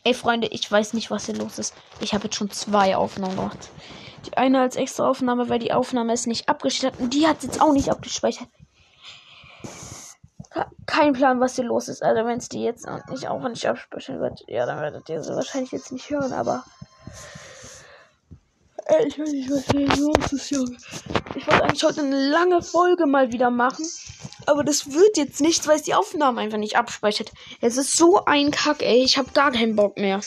Ey, Freunde, ich weiß nicht, was hier los ist. Ich habe jetzt schon 2 Aufnahmen gemacht. Die eine als extra Aufnahme, weil die Aufnahme ist nicht abgespeichert. Und die hat jetzt auch nicht abgespeichert. Kein Plan, was hier los ist. Also, wenn es die jetzt auch nicht abspeichern wird, ja, dann werdet ihr sie wahrscheinlich jetzt nicht hören, aber. Ey, ich weiß nicht, was hier los ist, Junge. Ich wollte eigentlich heute eine lange Folge mal wieder machen. Aber das wird jetzt nichts, weil es die Aufnahme einfach nicht abspeichert. Es ist so ein Kack, ey. Ich habe gar keinen Bock mehr.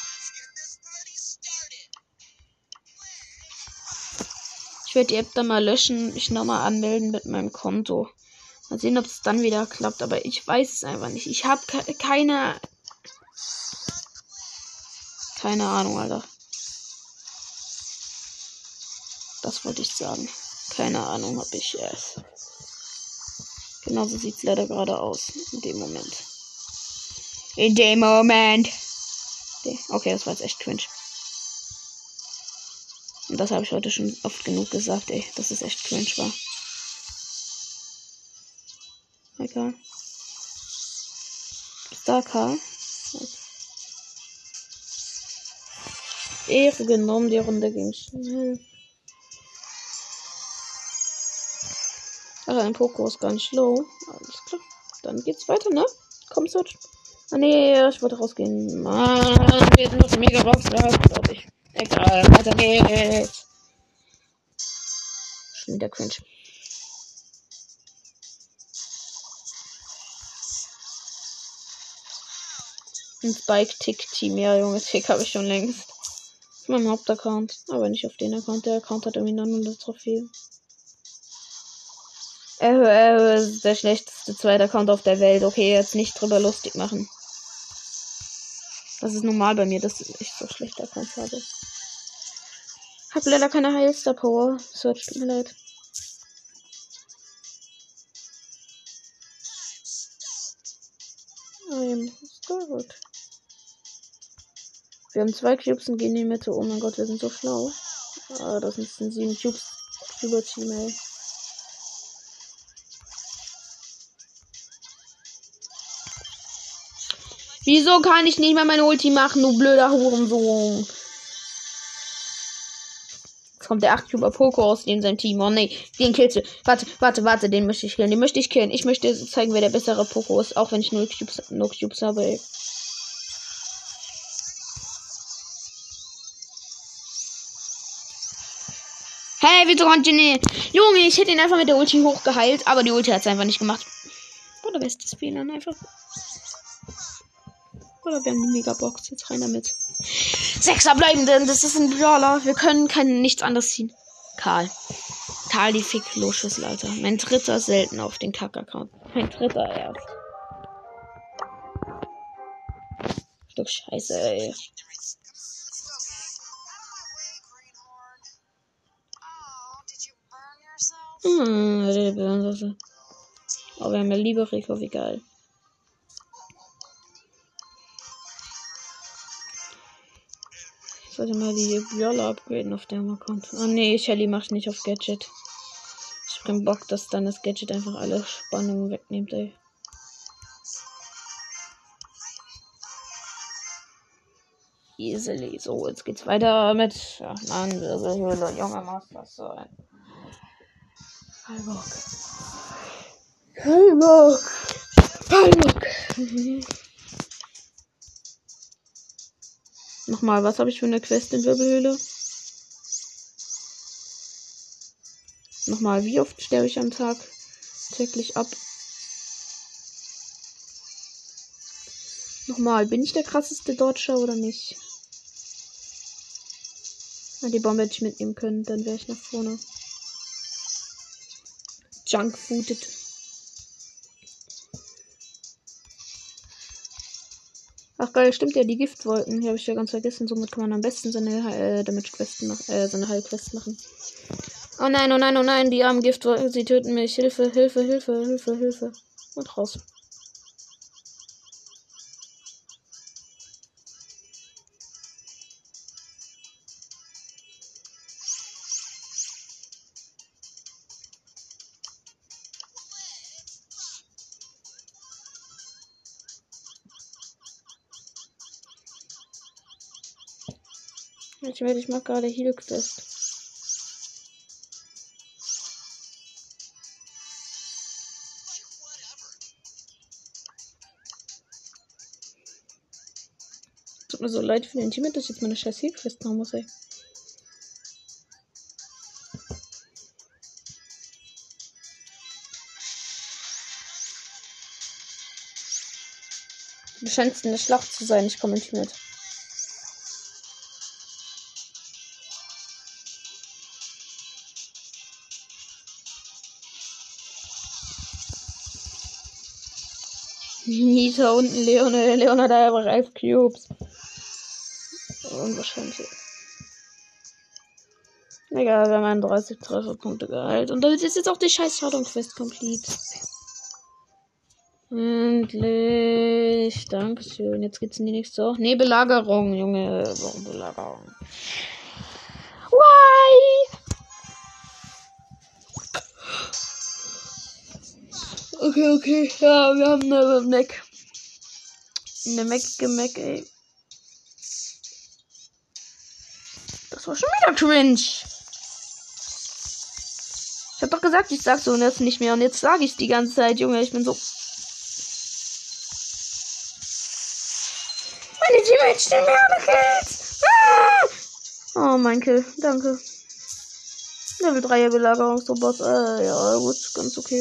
Ich werde die App dann mal löschen, mich nochmal anmelden mit meinem Konto. Mal sehen, ob es dann wieder klappt, aber ich weiß es einfach nicht. Ich habe keine Ahnung, Alter. Das wollte ich sagen. Keine Ahnung habe ich erst. Genauso sieht es leider gerade aus. In dem Moment. Okay, das war jetzt echt cringe. Und das habe ich heute schon oft genug gesagt, ey. Dass es echt cringe war. Egal. Star Karl. Ehre genommen, die Runde ging schnell. Ach, ein Poko ist gar nicht low. Alles klar. Dann geht's weiter, ne? Komm, Switch. Ah, nee, ich wollte rausgehen. Mann, wir sind noch die Megabox, glaube ich. Egal, weiter geht's. Schon wieder cringe. Ein Spike-Tick-Team, ja, Junge, Tick habe ich schon längst. Auf meinem Hauptaccount, aber nicht auf den Account. Der Account hat irgendwie 900 Trophäen. Ist der schlechteste zweite Account auf der Welt. Okay, jetzt nicht drüber lustig machen. Das ist normal bei mir, dass ich so schlechte Accounts habe. Hab leider keine Heilstar Power. Search, tut mir leid. Gut. Wir haben 2 Cubes und gehen in die Mitte. Oh mein Gott, wir sind so schlau. Ah, das sind 7 Cubes. Über Team, ey. Wieso kann ich nicht mal meine Ulti machen, du blöder Hurensohn? Jetzt kommt der 8-Cuber Poco aus in sein Team. Oh nee, den killst du. Warte, den möchte ich killen. Ich möchte zeigen, wer der bessere Poco ist, auch wenn ich 0 Cubes habe, ey. Hey, wieso konnte ich nicht? Junge, ich hätte ihn einfach mit der Ulti hochgeheilt, aber die Ulti hat es einfach nicht gemacht. Oder bestes Fehlern einfach. Oder wir haben die Megabox. Jetzt rein damit. 6 Verbleibenden, das ist ein Brawler. Wir können nichts anderes ziehen. Karl, die Fick-Loschüssel, Alter. Mein dritter selten auf den Kack-Account. Mein dritter erst. Stück Scheiße, ey. Aber wir haben ja lieber Rico, wie geil. Ich sollte mal die Brawler upgraden auf dem Account. Oh nee, Shelly macht nicht auf Gadget. Ich hab keinen Bock, dass dann das Gadget einfach alle Spannungen wegnimmt, ey. Easily. So, jetzt geht's weiter mit. Ja, Mann, Wirbelhöhle, Junge, Masters sein. Kein Bock. Nochmal, was habe ich für eine Quest in Wirbelhöhle? Nochmal, wie oft sterbe ich am Tag täglich ab? Nochmal, bin ich der krasseste Dodger oder nicht? Na, die Bombe hätte ich mitnehmen können, dann wäre ich nach vorne. Junkfooted. Ach geil, stimmt ja, die Giftwolken. Die habe ich ja ganz vergessen. Somit kann man am besten seine Damage-Questen machen, seine Heilquests machen. Oh nein, die armen Giftwolken, sie töten mich. Hilfe. Und raus. Ich mag gerade Heal Quest. Tut mir so leid für den Team, dass ich jetzt meine scheiß Heal Quest machen muss, ey. Du scheinst in der Schlacht zu sein, ich komme nicht mit. Nita und Leona. Leona hat einfach 11 Cubes. Unwahrscheinlich. Egal, wir haben 31 Trefferpunkte geheilt. Und damit ist jetzt auch die scheiß Shadowquest complete. Endlich. Dankeschön. Jetzt geht's in die nächste. Nee, Belagerung, Junge. Warum Belagerung? Why? Okay. Ja, wir haben eine Mac. Eine Mac, ey. Das war schon wieder cringe. Ich hab doch gesagt, ich sag so und jetzt nicht mehr. Und jetzt sage ich die ganze Zeit, Junge. Ich bin so. Meine Teammates stehen mir alle Kills. Ah! Oh, mein Kill. Danke. Level 3er Belagerungsrobot. Ja, gut. Ganz okay.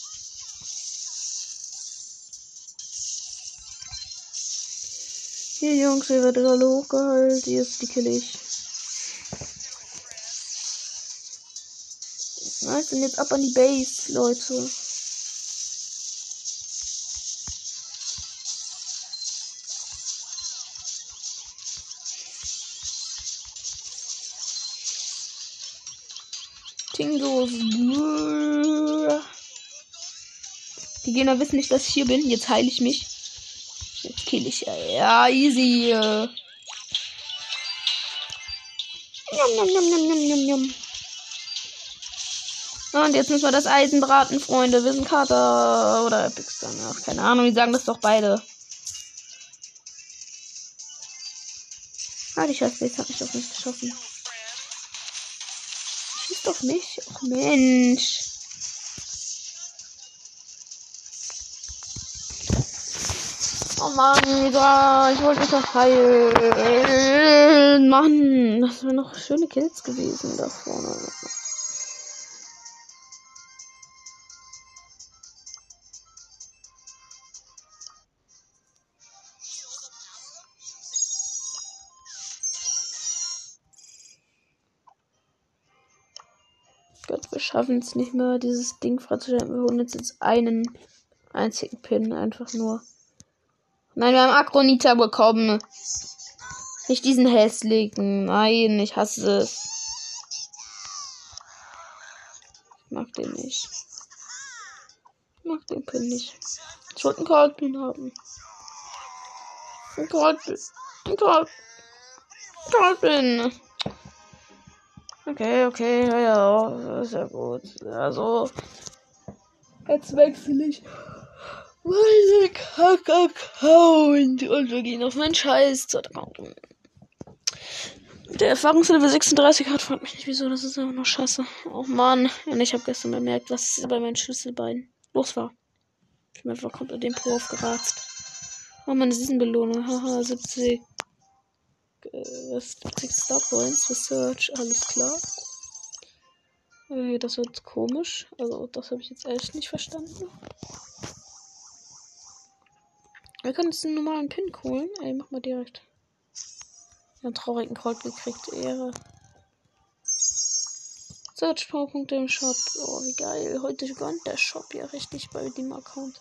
Hier, Jungs, ihr werdet alle hochgehalten. Jetzt die kill ich. Nice, und jetzt ab an die Base, Leute. Tingos. Die Gegner wissen nicht, dass ich hier bin. Jetzt heile ich mich. Jetzt kill ich. Ja, easy. Njam. Und jetzt müssen wir das Eisen braten, Freunde. Wir sind Kater oder Epic Star. Ach, keine Ahnung, die sagen das doch beide. Ah, die Scheißbase hat mich doch nicht geschossen. Schieß doch nicht. Ach, Mensch. Oh Mann, egal. Ich wollte mich doch heilen. Mann, das wären noch schöne Kills gewesen da vorne. Gott, wir schaffen es nicht mehr, dieses Ding freizustellen. Wir holen jetzt einen einzigen Pin, einfach nur. Nein, wir haben Akronita bekommen. Nicht diesen hässlichen. Nein, ich hasse es. Ich mag den nicht. Ich mag den Pin nicht. Ich wollte einen Cold-Pin haben. Ein Cold-Pin. Okay, ja, ist ja gut. Also, jetzt wechsle ich meine Kack-Account und wir gehen auf meinen Scheiß-Account. Der Erfahrungslevel 36 hat, fragt mich nicht wieso, das ist einfach noch scheiße. Oh Mann, und ich habe gestern bemerkt, was bei meinen Schlüsselbeinen los war. Ich bin einfach komplett den Po aufgeratzt. Oh, meine Season-Belohnung, haha, 70. 70 Star Points, Research, alles klar. Das wird komisch. Also, das habe ich jetzt echt nicht verstanden. Wir können jetzt einen normalen Pin holen. Ey, mach mal direkt. Ja, einen traurigen Colt gekriegt. Ehre. Search Powerpunkte im Shop. Oh, wie geil. Heute gönnt der Shop ja richtig bei dem Account.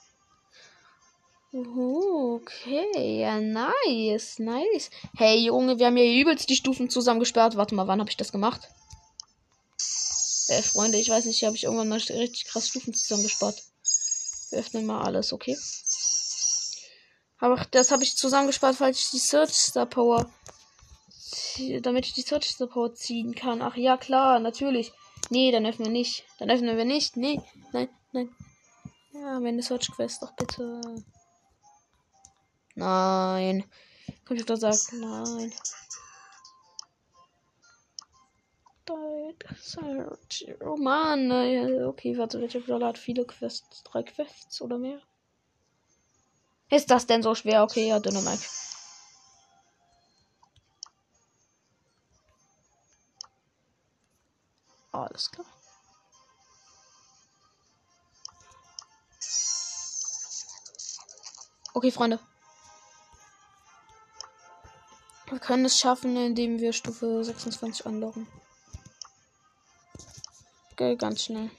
Okay, ja, nice. Hey, Junge, wir haben hier übelst die Stufen zusammengesperrt. Warte mal, wann habe ich das gemacht? Freunde, ich weiß nicht, hier habe ich irgendwann mal richtig krass Stufen zusammengespart. Wir öffnen mal alles, okay? Aber das habe ich zusammengespart, falls ich die Search Star Power, damit ich die Search Star Power ziehen kann. Ach ja, klar, natürlich. Nee, dann öffnen wir nicht. Nee, nein. Ja, meine Search Quest, doch bitte. Nein. Computer sagt nein. Oh Mann. Okay, warte, welcher Brawler hat viele Quests? 3 Quests oder mehr? Ist das denn so schwer? Okay, ja, Dynamite. Alles klar. Okay, Freunde. Wir können es schaffen, indem wir Stufe 26 anlocken. Okay, ganz schnell.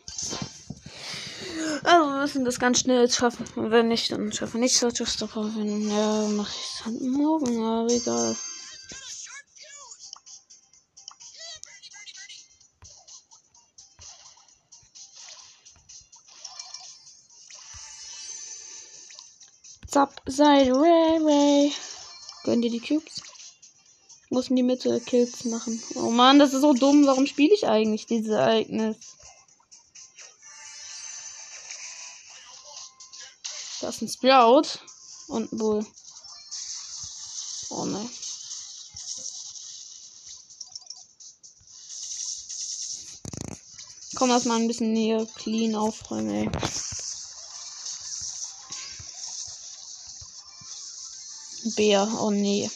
Also wir müssen das ganz schnell jetzt schaffen. Und wenn nicht, dann schaffen wir nicht so Stopper. Wenn ja, mache ich es halt morgen, aber egal. Zap, Seite, Ray. Gönn dir die Cubes. Ich muss in die Mitte Kills machen. Oh Mann, das ist so dumm. Warum spiele ich eigentlich dieses Ereignis? Da ist ein Sprout und ein Bull. Oh nein. Komm, lass mal ein bisschen hier clean aufräumen, ey. Bär, oh nee.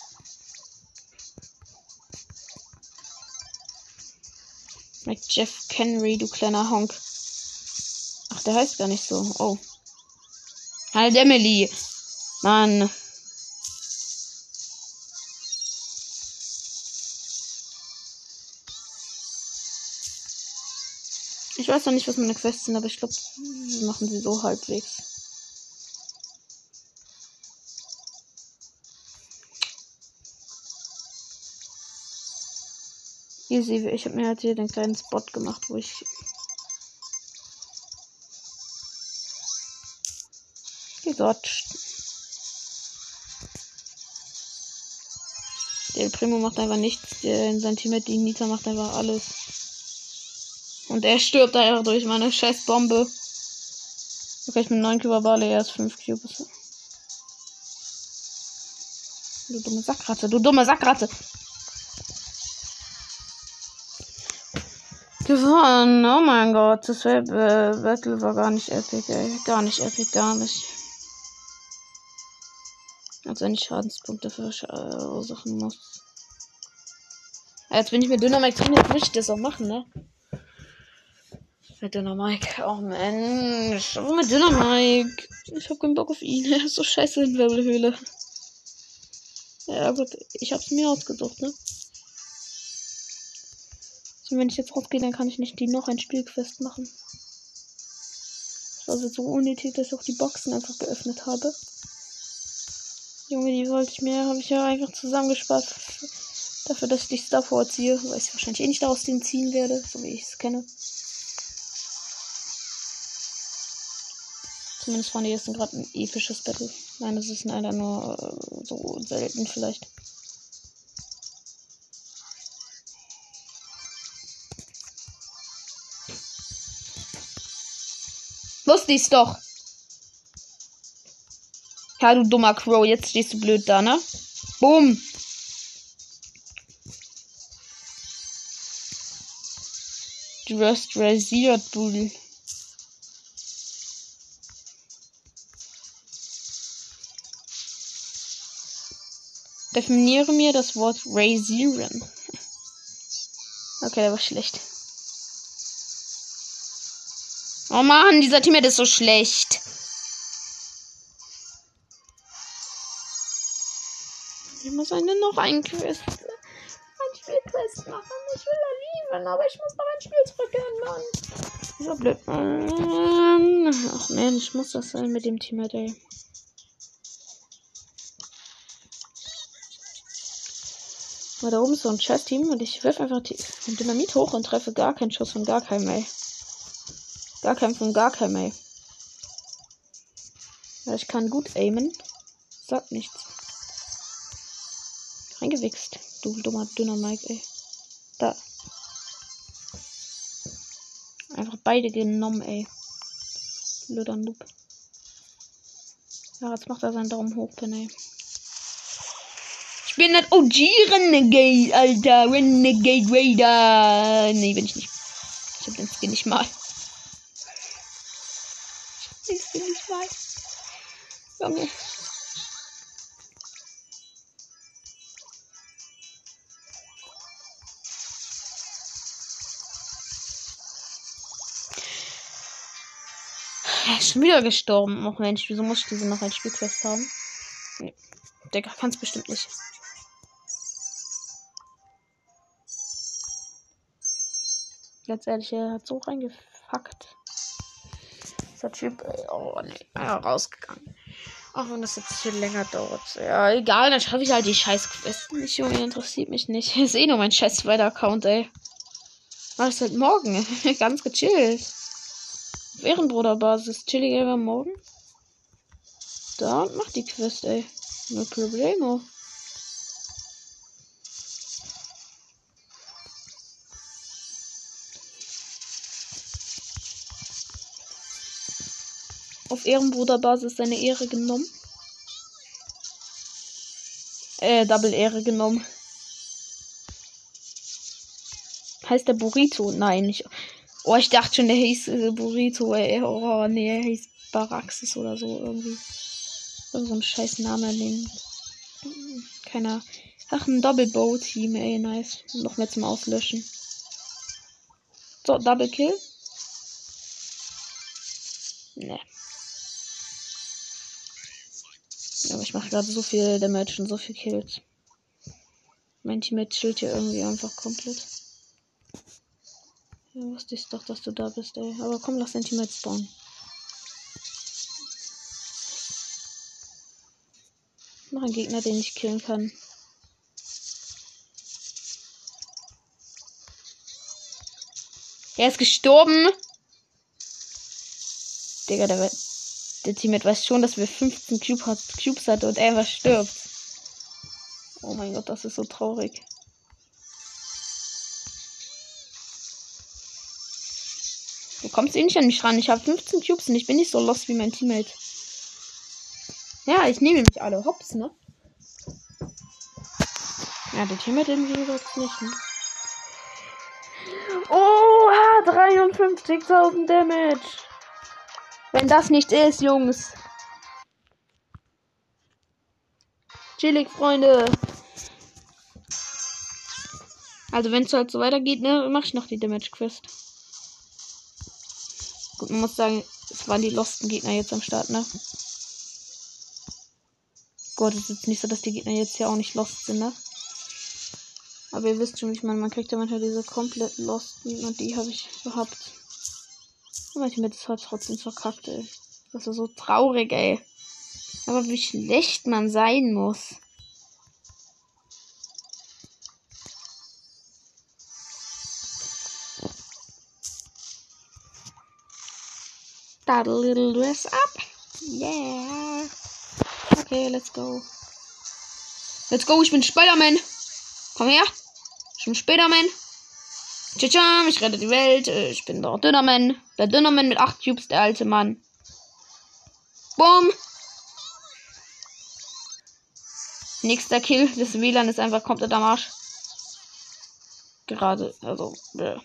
Mit Jeff Kenry, du kleiner Honk. Ach, der heißt gar nicht so. Oh. Halt, Emily. Mann. Ich weiß noch nicht, was meine Quests sind, aber ich glaube, wir machen sie so halbwegs. Easy, ich habe mir halt hier den kleinen Spot gemacht, wo ich gedodged. Der Primo macht einfach nichts, sein Teammate, die Nita, macht einfach alles. Und er stirbt einfach durch meine scheiß Bombe. Okay, ich bin 9 Cuber Barley, erst 5 Cubes. Du dumme Sackratte, du dumme Sackratte. Gewonnen, oh mein Gott, das Battle war gar nicht epic, ey. Gar nicht epic, gar nicht. Als wenn ich Schadenspunkte verursachen muss. Jetzt bin ich mit Dynamite drin, jetzt muss ich das auch machen, ne? Mit Dynamite, oh Mensch, aber mit Dynamite. Ich hab keinen Bock auf ihn, er ist so scheiße in Wirbelhöhle. Ja gut, ich hab's mir ausgesucht, ne? Und wenn ich jetzt rausgehe, dann kann ich nicht die noch ein Spielquest machen. Das war so unnötig, dass ich auch die Boxen einfach geöffnet habe. Junge, die wollte ich mir, habe ich ja einfach zusammengespart. Dafür, dass ich die Star Power ziehe, weil ich wahrscheinlich eh nicht daraus den ziehen werde, so wie ich es kenne. Zumindest fand ich es gerade ein episches Battle. Nein, das ist leider nur so selten vielleicht. Wusste ich's doch. Ja, du dummer Crow, jetzt stehst du blöd da, ne? Boom. Du wirst rasiert, Bull. Definiere mir das Wort rasieren. Okay, der war schlecht. Oh Mann, dieser Teammate ist so schlecht. Ich muss noch einen Quest. Ein Spielquest machen. Ich will da lieben, aber ich muss noch ein Spiel zurückkehren, Mann. So blöd. Ach Mensch, muss das sein mit dem Teammate, ey. Aber da oben ist so ein Chess-Team und ich werfe einfach den Dynamit hoch und treffe gar keinen Schuss von gar keinem, ey. Gar keinen von gar keinem, ey. Ja, ich kann gut aimen. Sagt nichts. Reingewichst. Du dummer Dynamite, ey. Da. Einfach beide genommen, ey. Blöder Noob. Ja, jetzt macht er seinen Daumen hoch, ey. Ich bin ein OG Renegade, Alter. Renegade Raider. Nee, bin ich nicht. Ich hab den Skin nicht mal. Junge. Er ist schon wieder gestorben. Oh Mensch, wieso muss ich diese noch als Spielquest haben? Nee. Der kann es bestimmt nicht. Ganz ehrlich, er hat so reingefuckt. Dieser Typ, oh nee, rausgegangen. Auch wenn das jetzt viel länger dauert. Ja, egal, dann schaffe ich halt die scheiß Quest nicht, Junge, interessiert mich nicht. Ist eh nur mein scheiß zweiter Account, ey. Mach ich halt morgen. Ganz gechillt. Auf Ehrenbruderbasis. Chillig einfach morgen. Da und mach die Quest, ey. No problemo. Auf Ehrenbruderbasis seine Ehre genommen. Double Ehre genommen. Heißt der Burrito? Nein, nicht. Oh, ich dachte schon, der hieß Burrito, ey. Oh, nee, er hieß Baraxis oder so irgendwie. So ein scheiß Name nehmen. Keiner. Ach, ein Double Bow Team, ey, nice. Noch mehr zum Auslöschen. So, Double Kill. Ne. Aber ich mache gerade so viel Damage und so viel Kills. Mein Teammate chillt hier irgendwie einfach komplett. Ja, wusste ich doch, dass du da bist, ey. Aber komm, lass dein Teammate spawnen. Noch ein Gegner, den ich killen kann. Er ist gestorben. Digga, der Teammate weiß schon, dass wir 15 Cubes hatten und er einfach stirbt. Oh mein Gott, das ist so traurig. Du kommst eh nicht an mich ran. Ich habe 15 Cubes und ich bin nicht so lost wie mein Teammate. Ja, ich nehme mich alle hops, ne? Ja, der Teammate irgendwie sagt nicht, ne? Oha, 53.000 Damage. Wenn das nicht ist, Jungs. Chillig, Freunde. Also wenn es halt so weitergeht, ne, mache ich noch die Damage Quest. Gut, man muss sagen, es waren die losten Gegner jetzt am Start, ne? Gott, es ist jetzt nicht so, dass die Gegner jetzt ja auch nicht lost sind, ne? Aber ihr wisst schon, wie ich meine, man kriegt ja manchmal diese komplett losten und die habe ich gehabt. Und manchmal ist halt trotzdem verkackt, ey. Das ist so traurig, ey. Aber wie schlecht man sein muss. That little dress up. Yeah. Okay, let's go. Let's go, ich bin Spider-Man. Komm her. Ich bin Spider-Man. Tschüss, ich rette die Welt. Ich bin der Dünnerman. Der Dünnerman mit 8 Cubes, der alte Mann. Boom. Nächster Kill. Das WLAN ist einfach komplett am Arsch. Gerade, also.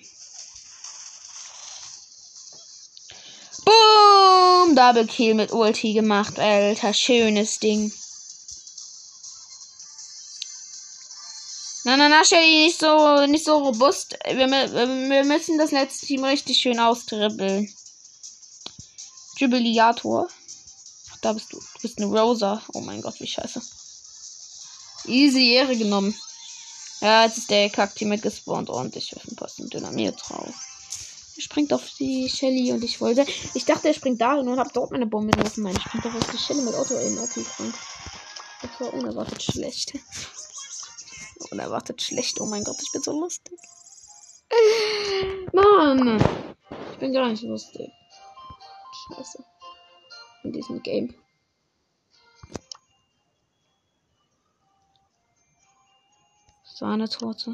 Boom. Double Kill mit Ulti gemacht, Alter. Schönes Ding. Na, Shelly, nicht so robust. Wir müssen das letzte Team richtig schön austribbeln. Dribbliator. Ach, da bist du. Du bist eine Rosa. Oh mein Gott, wie scheiße. Easy Ehre genommen. Ja, jetzt ist der Kack-Team mit gespawnt und ich werfe ein paar Dynamit drauf. Er springt auf die Shelly und ich wollte. Ich dachte, er springt dahin und hab dort meine Bombe geworfen. Nein, ich springt doch auf die Shelly mit Auto-Aim. Okay, krank. Das war unerwartet schlecht. Unerwartet schlecht. Oh mein Gott, ich bin so lustig. Mann. Ich bin gar nicht lustig. Scheiße. In diesem Game. Sahnetorte.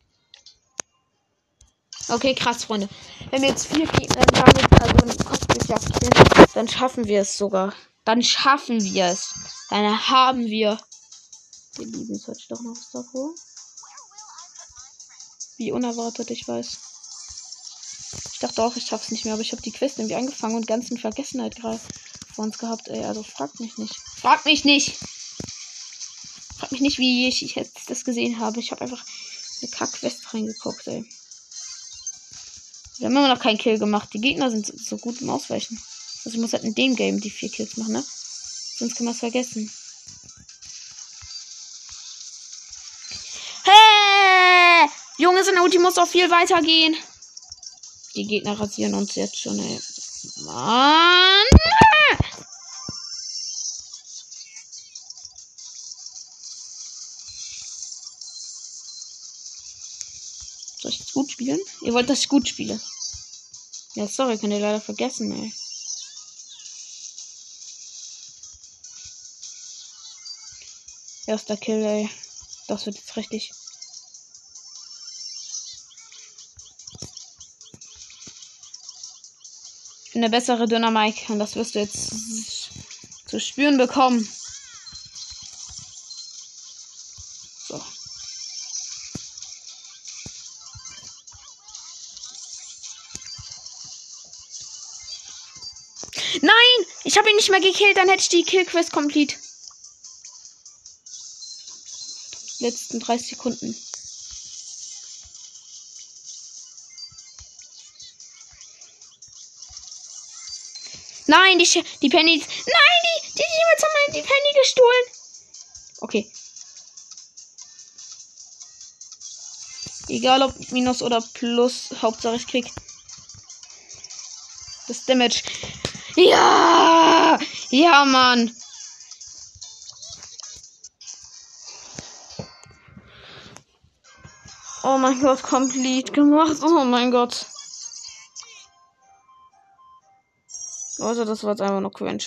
Okay, krass, Freunde. Wenn wir jetzt 4 Gegner damit, also eine Kopfgeldjagd killen, dann schaffen wir es sogar. Dann schaffen wir es. Dann haben wir Wir lieben es heute doch noch Star Power. Wie unerwartet, ich weiß. Ich dachte auch, ich schaff's nicht mehr, aber ich habe die Quest irgendwie angefangen und ganz in Vergessenheit gerade vor uns gehabt, ey. Also fragt mich nicht. Fragt mich nicht! Fragt mich nicht, wie ich jetzt das gesehen habe. Ich habe einfach eine Kack-Quest reingeguckt, ey. Wir haben immer noch keinen Kill gemacht. Die Gegner sind so gut im Ausweichen. Also ich muss halt in dem Game die 4 Kills machen, ne? Sonst kann man es vergessen. Hey! Junge, seine Ulti muss auch viel weiter gehen. Die Gegner rasieren uns jetzt schon, ey. Mann! Soll ich jetzt gut spielen? Ihr wollt, dass ich gut spiele. Ja, sorry, könnt ihr leider vergessen, ey. Erster Kill, ey. Das wird jetzt richtig. Ich bin der bessere Dynamike und das wirst du jetzt zu spüren bekommen. So. Nein! Ich habe ihn nicht mehr gekillt, dann hätte ich die Killquest complete. Letzten 30 Sekunden. Nein, die Penny. Nein, die Teammates haben die Penny gestohlen. Okay. Egal ob Minus oder Plus, Hauptsache ich krieg das Damage. Ja! Ja, Mann. Oh mein Gott, complete gemacht. Oh mein Gott. Also, das war jetzt einfach nur cringe.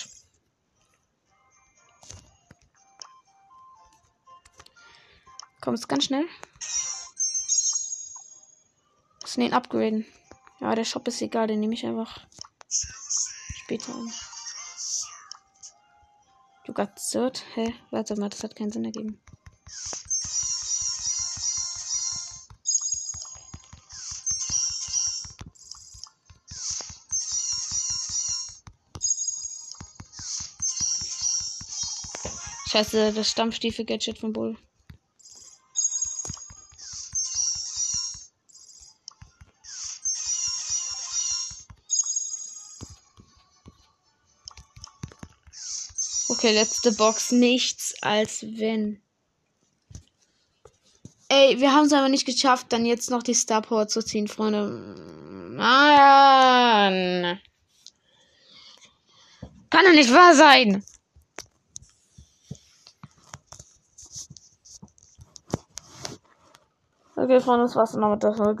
Komm, jetzt ganz schnell. Müssen den upgraden. Ja, der Shop ist egal, den nehme ich einfach später an. Du got third? Hä? Warte mal, das hat keinen Sinn ergeben. Scheiße, das Stampfstiefel-Gadget von Bull. Okay, letzte Box. Nichts als wenn. Ey, wir haben es aber nicht geschafft, dann jetzt noch die Star Power zu ziehen, Freunde. Mann. Kann doch nicht wahr sein. Okay, Freunde, das war's dann noch mit der Folge.